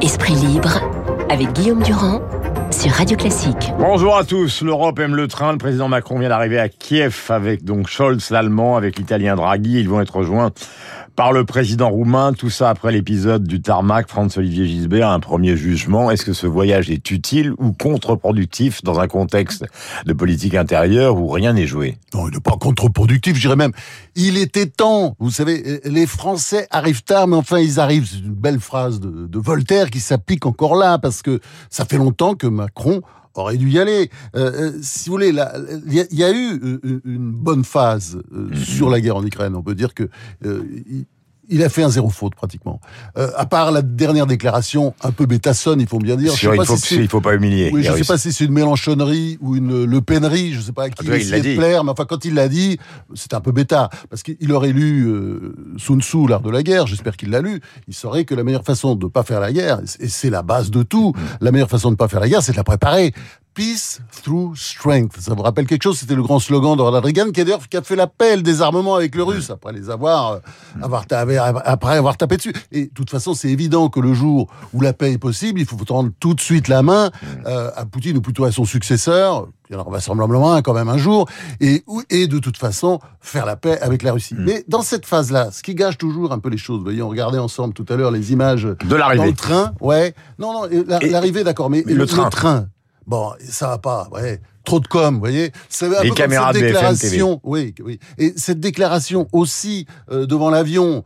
Esprit libre avec Guillaume Durand sur Radio Classique. Bonjour à tous. L'Europe aime le train. Le président Macron vient d'arriver à Kiev avec donc Scholz, l'Allemand, avec l'Italien Draghi. Ils vont être rejoints par le président roumain. Tout ça après l'épisode du tarmac. Franz-Olivier Gisbert, un premier jugement. Est-ce que ce voyage est utile ou contre-productif dans un contexte de politique intérieure où rien n'est joué? Non, il n'est pas contre-productif, je dirais même. Il était temps. Vous savez, les Français arrivent tard, mais enfin ils arrivent. C'est une belle phrase de Voltaire qui s'applique encore là, parce que ça fait longtemps que Macron aurait dû y aller. Si vous voulez, il y a eu une bonne phase sur la guerre en Ukraine. On peut dire que il a fait un zéro faute pratiquement. À part la dernière déclaration un peu bêtassonne, il faut bien dire. Il faut pas humilier. Oui, je ne sais pas si c'est une mélanchonnerie ou une Le Penerie, je ne sais pas à qui il essayait de plaire, mais enfin quand il l'a dit, c'était un peu bêta, parce qu'il aurait lu Sun Tzu, l'art de la guerre. J'espère qu'il l'a lu. Il saurait que la meilleure façon de ne pas faire la guerre, et c'est la base de tout, la meilleure façon de ne pas faire la guerre, c'est de la préparer. Peace through strength. Ça vous rappelle quelque chose? C'était le grand slogan de Ronald Reagan, qui a fait l'appel des armements avec le Russe après les avoir tapé dessus. Et de toute façon, c'est évident que le jour où la paix est possible, il faut tendre tout de suite la main à Poutine, ou plutôt à son successeur. Il y en aura vraisemblablement quand même un jour, et de toute façon faire la paix avec la Russie. Mais dans cette phase-là, ce qui gâche toujours un peu les choses, vous voyez, on regardait ensemble tout à l'heure les images de l'arrivée dans le train. Ouais, l'arrivée, d'accord, mais le train. Bon, ça va pas, ouais. Trop de com, vous voyez. C'est un les peu caméras comme cette déclaration. Oui. Et cette déclaration aussi devant l'avion,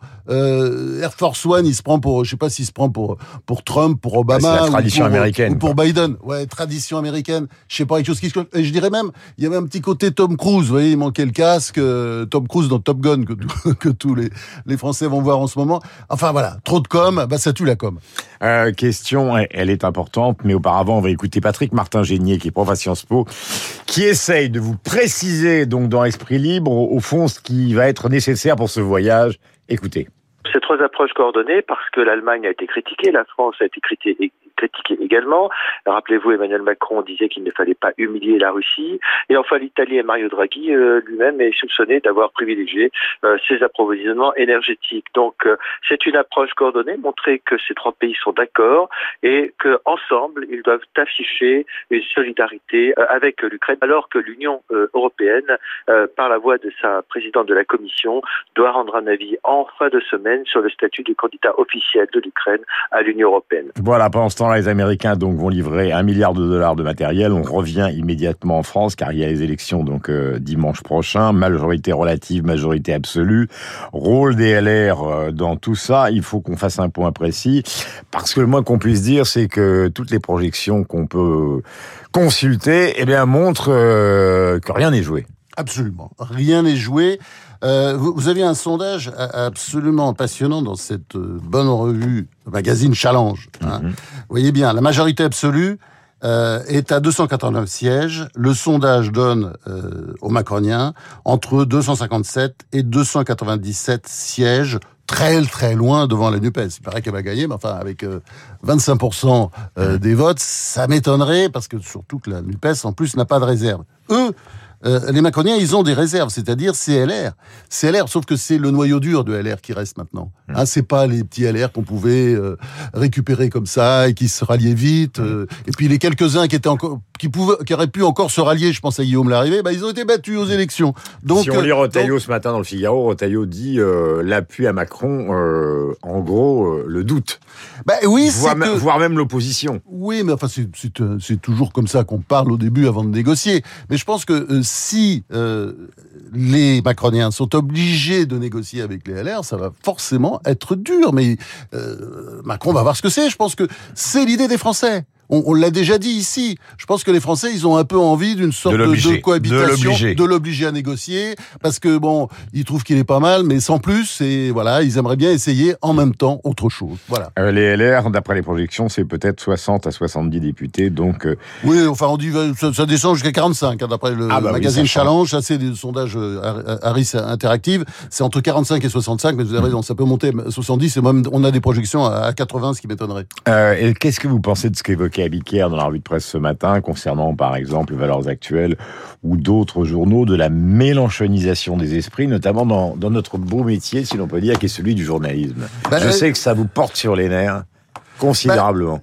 Air Force One, il se prend pour, je sais pas s'il se prend pour Trump, pour Obama, c'est la tradition américaine, ou pour Biden. Ouais, tradition américaine. Je sais pas, quelque chose qui se... Et je dirais même, il y avait un petit côté Tom Cruise, vous voyez, il manquait le casque, Tom Cruise dans Top Gun que tous les Français vont voir en ce moment. Enfin voilà, trop de com, bah ça tue la com. Question, elle est importante, mais auparavant on va écouter Patrick Martin-Génier, qui est prof à Sciences Po, qui essaye de vous préciser donc dans Esprit Libre au fond ce qui va être nécessaire pour ce voyage. Écoutez. Ces trois approches coordonnées, parce que l'Allemagne a été critiquée, la France a été critiquée également. Rappelez-vous, Emmanuel Macron disait qu'il ne fallait pas humilier la Russie. Et enfin, l'Italien Mario Draghi lui-même est soupçonné d'avoir privilégié ses approvisionnements énergétiques. Donc, c'est une approche coordonnée, montrer que ces trois pays sont d'accord et qu'ensemble, ils doivent afficher une solidarité avec l'Ukraine, alors que l'Union européenne, par la voix de sa présidente de la Commission, doit rendre un avis en fin de semaine sur le statut du candidat officiel de l'Ukraine à l'Union européenne. Voilà, pendant ce temps-là, les Américains donc vont livrer $1 milliard de matériel. On revient immédiatement en France car il y a les élections donc dimanche prochain. Majorité relative, majorité absolue. Rôle des LR dans tout ça. Il faut qu'on fasse un point précis parce que le moins qu'on puisse dire, c'est que toutes les projections qu'on peut consulter, montrent que rien n'est joué. Absolument, rien n'est joué. Vous aviez un sondage absolument passionnant dans cette bonne revue, magazine Challenge. Vous voyez bien, la majorité absolue est à 289 sièges. Le sondage donne aux macroniens entre 257 et 297 sièges, très très loin devant la NUPES. Il paraît qu'elle va gagner, mais enfin avec 25% des votes, ça m'étonnerait, parce que surtout que la NUPES en plus n'a pas de réserve. Les macroniens, ils ont des réserves, c'est-à-dire CLR, sauf que c'est le noyau dur de LR qui reste maintenant. C'est pas les petits LR qu'on pouvait récupérer comme ça et qui se ralliaient vite. Et puis les quelques-uns qui auraient pu encore se rallier, je pense à Guillaume Larrivé, ils ont été battus aux élections. Donc, si on lit Retailleau ce matin dans le Figaro, Retailleau dit l'appui à Macron, en gros, le doute. Oui, voire même l'opposition. Oui, mais enfin c'est toujours comme ça qu'on parle au début avant de négocier. Mais je pense que si les macroniens sont obligés de négocier avec les LR, ça va forcément être dur. Mais Macron va voir ce que c'est. Je pense que c'est l'idée des Français. On l'a déjà dit ici. Je pense que les Français, ils ont un peu envie d'une sorte de cohabitation, de l'obliger à négocier, parce que ils trouvent qu'il est pas mal, mais sans plus. Et voilà, ils aimeraient bien essayer en même temps autre chose. Voilà. Les LR, d'après les projections, c'est peut-être 60 à 70 députés, donc. Oui, enfin, on dit ça descend jusqu'à 45 d'après le magazine Challenge. Ça, c'est des sondages Harris Interactive. C'est entre 45 et 65, mais vous avez raison, ça peut monter à 70. Et même, on a des projections à 80, ce qui m'étonnerait. Et qu'est-ce que vous pensez de ce qu'évoquait Abiquière dans la revue de presse ce matin, concernant par exemple Valeurs Actuelles ou d'autres journaux, de la mélanchonisation des esprits, notamment dans notre beau métier, si l'on peut dire, qui est celui du journalisme. Je sais que ça vous porte sur les nerfs. Considérablement.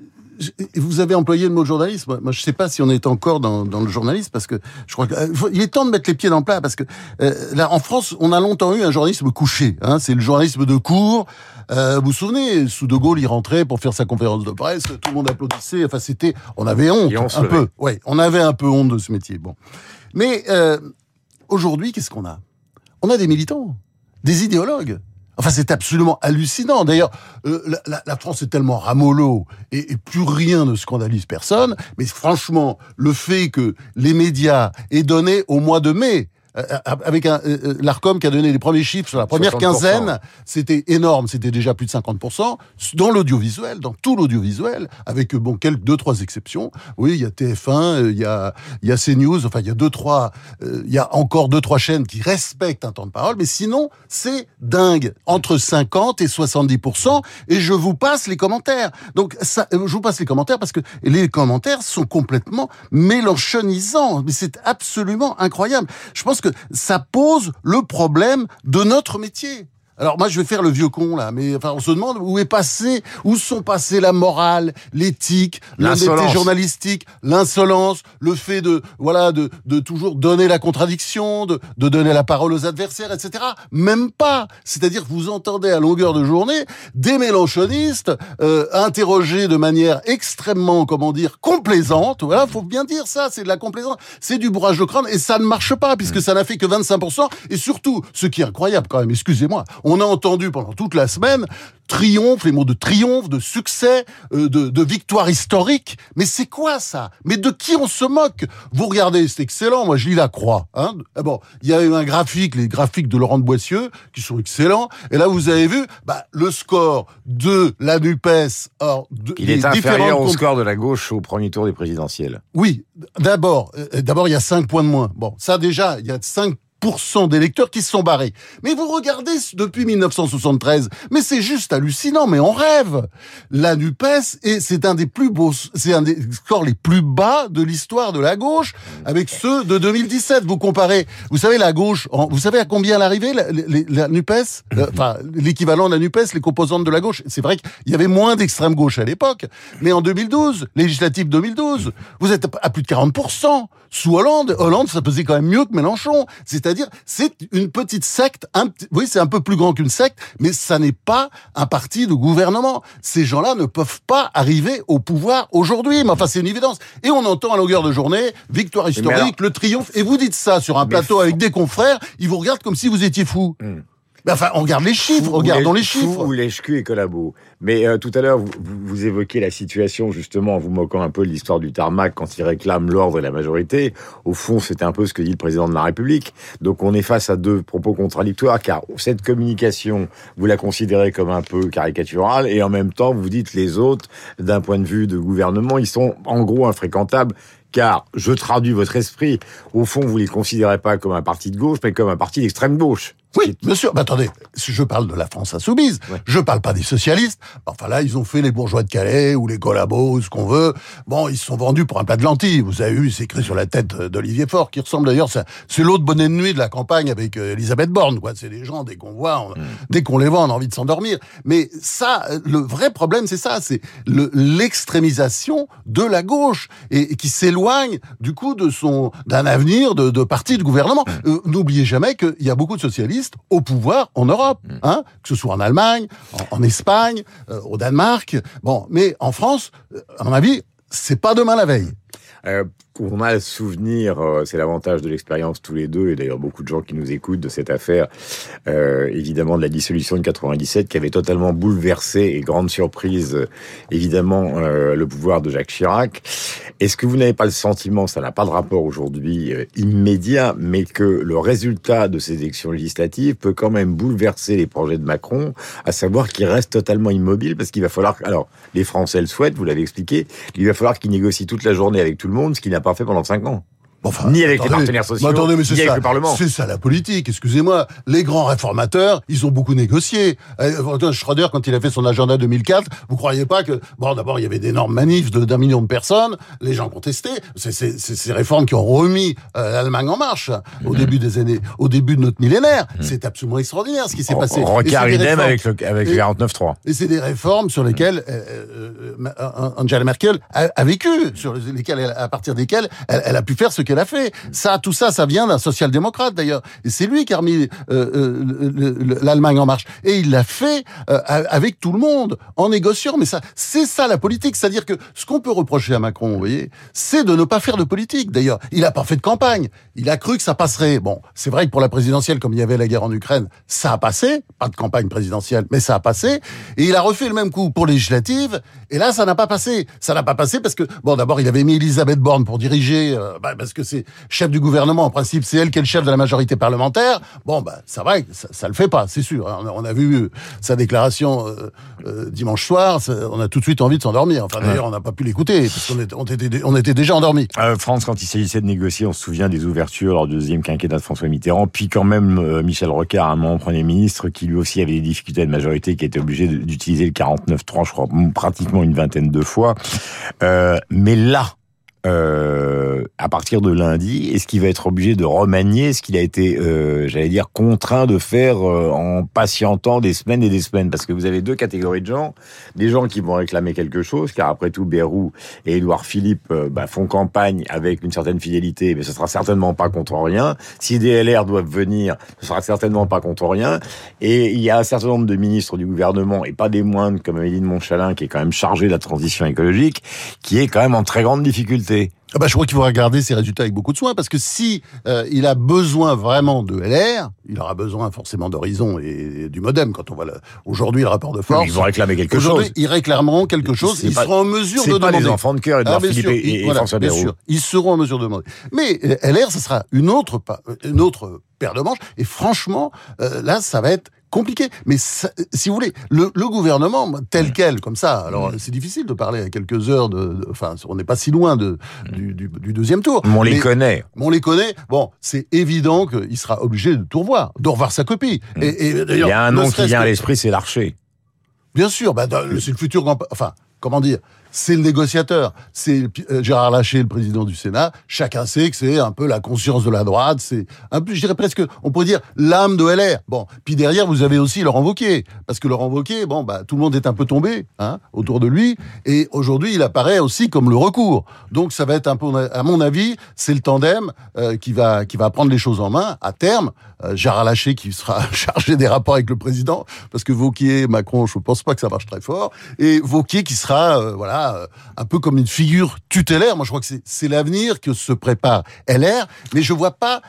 Vous avez employé le mot journalisme. Moi, je sais pas si on est encore dans le journalisme, parce que je crois qu'il est temps de mettre les pieds dans le plat, parce que là, en France, on a longtemps eu un journalisme couché. Hein, c'est le journalisme de cour. Vous vous souvenez, sous De Gaulle, il rentrait pour faire sa conférence de presse, tout le monde applaudissait. Enfin, on avait honte un peu. Ouais, on avait un peu honte de ce métier. Bon, mais aujourd'hui, qu'est-ce qu'on a ? On a des militants, des idéologues. Enfin, c'est absolument hallucinant. D'ailleurs, la France est tellement ramollo et plus rien ne scandalise personne. Mais franchement, le fait que les médias aient donné au mois de mai, avec l'Arcom qui a donné les premiers chiffres sur la première 60%. quinzaine, c'était énorme, c'était déjà plus de 50%, dans l'audiovisuel, dans tout l'audiovisuel, avec quelques 2-3 exceptions. Oui, il y a TF1, il y a CNews, enfin il y a encore 2-3 chaînes qui respectent un temps de parole, mais sinon, c'est dingue, entre 50 et 70%, et je vous passe les commentaires. Donc ça, je vous passe les commentaires parce que les commentaires sont complètement mélanchonisants, mais c'est absolument incroyable. Je pense que ça pose le problème de notre métier. Alors moi je vais faire le vieux con là, mais enfin on se demande où sont passées la morale, l'éthique, l'honnêteté journalistique, l'insolence, le fait de toujours donner la contradiction, de donner la parole aux adversaires, etc. Même pas. C'est-à-dire que vous entendez à longueur de journée des mélenchonistes interroger de manière extrêmement, complaisante. Voilà, faut bien dire ça, c'est de la complaisance, c'est du bourrage de crâne et ça ne marche pas puisque ça n'a fait que 25%. Et surtout, ce qui est incroyable quand même, excusez-moi. On a entendu pendant toute la semaine triomphe, les mots de triomphe, de succès, de victoire historique. Mais c'est quoi ça ? Mais de qui on se moque ? Vous regardez, c'est excellent. Moi, je lis La Croix. Hein. Bon, il y a eu les graphiques de Laurent de Boissieu, qui sont excellents. Et là, vous avez vu le score de la NUPES. Il est inférieur au score de la gauche au premier tour des présidentielles. Oui, d'abord, il y a 5 points de moins. Bon, ça déjà, il y a 5% d'électeurs qui se sont barrés. Mais vous regardez depuis 1973, mais c'est juste hallucinant, mais on rêve. La NUPES, et c'est un des scores les plus bas de l'histoire de la gauche, avec ceux de 2017. Vous comparez, vous savez, la gauche, vous savez à combien elle arrivait, la NUPES, l'équivalent de la NUPES, les composantes de la gauche. C'est vrai qu'il y avait moins d'extrême gauche à l'époque, mais en 2012, législative 2012, vous êtes à plus de 40%. Sous Hollande, ça pesait quand même mieux que Mélenchon. C'est-à-dire, c'est une petite secte. Oui, c'est un peu plus grand qu'une secte, mais ça n'est pas un parti de gouvernement. Ces gens-là ne peuvent pas arriver au pouvoir aujourd'hui. Mais enfin, c'est une évidence. Et on entend à longueur de journée, victoire historique, le triomphe. Et vous dites ça sur un plateau avec des confrères, ils vous regardent comme si vous étiez fous. Enfin, on regarde les chiffres, regardons les chiffres. Ou lèche-cul et collabo. Mais tout à l'heure, vous évoquiez la situation, justement, en vous moquant un peu de l'histoire du tarmac quand il réclame l'ordre et la majorité. Au fond, c'était un peu ce que dit le président de la République. Donc on est face à deux propos contradictoires, car cette communication, vous la considérez comme un peu caricaturale, et en même temps, vous dites les autres, d'un point de vue de gouvernement, ils sont en gros infréquentables. Car, je traduis votre esprit, au fond, vous ne les considérez pas comme un parti de gauche, mais comme un parti d'extrême gauche. Oui, bien sûr. Mais attendez, je parle de la France insoumise. Ouais. Je parle pas des socialistes. Enfin là, ils ont fait les bourgeois de Calais ou les collabos, ce qu'on veut. Bon, ils se sont vendus pour un plat de lentilles. Vous avez vu, c'est écrit sur la tête d'Olivier Faure, qui ressemble d'ailleurs, c'est l'autre bonnet de nuit de la campagne avec Elisabeth Borne, quoi. C'est des gens, dès qu'on voit, dès qu'on les voit, on a envie de s'endormir. Mais ça, le vrai problème, c'est ça, c'est l'extrémisation de la gauche et qui s'éloigne, du coup, d'un avenir de parti de gouvernement. N'oubliez jamais qu'il y a beaucoup de socialistes au pouvoir en Europe, hein, que ce soit en Allemagne, en Espagne, au Danemark. Bon, mais en France, à mon avis, c'est pas demain la veille. On a le souvenir, c'est l'avantage de l'expérience tous les deux, et d'ailleurs beaucoup de gens qui nous écoutent de cette affaire, évidemment de la dissolution de 97, qui avait totalement bouleversé, et grande surprise, évidemment, le pouvoir de Jacques Chirac. Est-ce que vous n'avez pas le sentiment, ça n'a pas de rapport aujourd'hui immédiat, mais que le résultat de ces élections législatives peut quand même bouleverser les projets de Macron, à savoir qu'il reste totalement immobile, parce qu'il va falloir... Alors, les Français le souhaitent, vous l'avez expliqué, il va falloir qu'il négocie toute la journée avec tout le monde, ce qu'il n'a pas fait pendant 5 ans. Enfin, ni avec les partenaires sociaux, mais ni avec le Parlement. C'est ça la politique, excusez-moi. Les grands réformateurs, ils ont beaucoup négocié. Schröder, quand il a fait son agenda 2004, vous croyez pas que... Bon, d'abord, il y avait d'énormes manifs d'1 million de personnes, les gens contestaient. C'est ces réformes qui ont remis l'Allemagne en marche au début des années, au début de notre millénaire. C'est absolument extraordinaire ce qui s'est passé. Rencard idem avec le 49.3. Et c'est des réformes sur lesquelles Angela Merkel a vécu, sur lesquelles, à partir desquelles elle a pu faire ce qu'elle a fait. Tout ça vient d'un social-démocrate d'ailleurs. Et c'est lui qui a remis l'Allemagne en marche. Et il l'a fait avec tout le monde, en négociant. Mais c'est ça la politique. C'est-à-dire que ce qu'on peut reprocher à Macron, vous voyez, c'est de ne pas faire de politique. D'ailleurs, il n'a pas fait de campagne. Il a cru que ça passerait. Bon, c'est vrai que pour la présidentielle, comme il y avait la guerre en Ukraine, ça a passé. Pas de campagne présidentielle, mais ça a passé. Et il a refait le même coup pour législative. Et là, ça n'a pas passé. Ça n'a pas passé parce que, bon, d'abord, il avait mis Elisabeth Borne pour diriger, parce que c'est chef du gouvernement, en principe, c'est elle qui est le chef de la majorité parlementaire. Bon, c'est vrai, ça le fait pas, c'est sûr. On a vu sa déclaration dimanche soir, on a tout de suite envie de s'endormir. Enfin, d'ailleurs, on n'a pas pu l'écouter, parce qu'on était déjà endormis. France, quand il s'agissait de négocier, on se souvient des ouvertures lors du deuxième quinquennat de François Mitterrand, puis quand même Michel Rocard, un membre Premier ministre, qui lui aussi avait des difficultés de majorité, qui était obligé d'utiliser le 49.3, je crois, pratiquement une vingtaine de fois. Mais là, à partir de lundi, est-ce qu'il va être obligé de remanier ce qu'il a été, j'allais dire, contraint de faire en patientant des semaines et des semaines? Parce que vous avez deux catégories de gens. Des gens qui vont réclamer quelque chose, car après tout, Bayrou et Édouard Philippe font campagne avec une certaine fidélité, mais ce sera certainement pas contre rien. Si des LR doivent venir, ce sera certainement pas contre rien. Et il y a un certain nombre de ministres du gouvernement, et pas des moindres, comme Amélie de Montchalin, qui est quand même chargée de la transition écologique, qui est quand même en très grande difficulté. Je crois qu'il faut regarder ses résultats avec beaucoup de soin, parce que si il a besoin vraiment de LR, il aura besoin forcément d'Horizon et du Modem. Quand on voit aujourd'hui le rapport de force, ils vont réclamer quelque chose. Aujourd'hui, ils réclameront quelque chose. Ils seront en mesure de demander. C'est pas les enfants de cœur, Édouard Philippe et François Bayrou. Bien sûr, ils seront en mesure de demander. Mais LR, ce sera une autre paire de manches. Et franchement, là, ça va être compliqué. Mais si vous voulez, le gouvernement tel quel, comme ça, alors c'est difficile de parler à quelques heures enfin, on n'est pas si loin du deuxième tour. Mais on les connaît. On les connaît. Bon, c'est évident qu'il sera obligé de tout revoir, de revoir sa copie. Et d'ailleurs, il y a un nom qui vient à l'esprit, c'est Larcher. Bien sûr, c'est le futur grand... Enfin, comment dire, c'est le négociateur, c'est Gérard Larcher, le président du Sénat. Chacun sait que c'est un peu la conscience de la droite, c'est un peu, je dirais presque, on pourrait dire l'âme de LR. Bon, puis derrière vous avez aussi Laurent Wauquiez, parce que Laurent Wauquiez, tout le monde est un peu tombé autour de lui, et aujourd'hui il apparaît aussi comme le recours. Donc ça va être un peu, à mon avis, c'est le tandem qui va prendre les choses en main à terme. Gérard Larcher qui sera chargé des rapports avec le président, parce que Wauquiez, Macron, je pense pas que ça marche très fort, et Wauquiez qui sera un peu comme une figure tutélaire. Moi je crois que c'est l'avenir que se prépare LR, mais je vois pas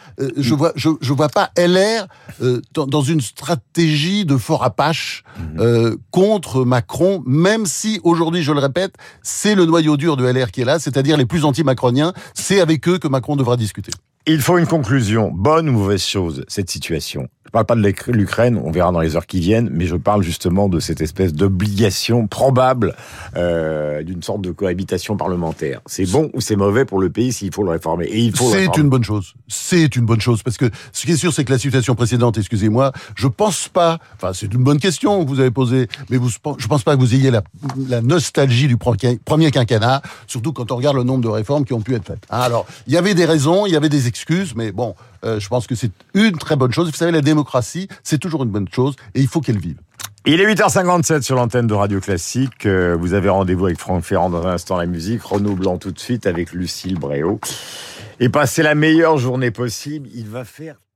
LR dans une stratégie de fort Apache contre Macron, même si aujourd'hui, je le répète, c'est le noyau dur de LR qui est là, c'est-à-dire les plus anti-macroniens, c'est avec eux que Macron devra discuter. Il faut une conclusion. Bonne ou mauvaise chose, cette situation? Je parle pas de l'Ukraine, on verra dans les heures qui viennent, mais je parle justement de cette espèce d'obligation probable d'une sorte de cohabitation parlementaire. C'est bon ou c'est mauvais pour le pays s'il faut le réformer? Et il faut C'est une bonne chose. C'est une bonne chose, parce que ce qui est sûr, c'est que la situation précédente, excusez-moi, je pense pas, enfin c'est une bonne question que vous avez posée, mais je pense pas que vous ayez la nostalgie du premier quinquennat, surtout quand on regarde le nombre de réformes qui ont pu être faites. Alors, il y avait des raisons, il y avait des excuses, mais bon, je pense que c'est une très bonne chose. Vous savez, la démocratie, c'est toujours une bonne chose et il faut qu'elle vive. Il est 8h57 sur l'antenne de Radio Classique. Vous avez rendez-vous avec Franck Ferrand dans un instant la musique. Renaud Blanc tout de suite avec Lucille Bréau. Et passez la meilleure journée possible. Il va faire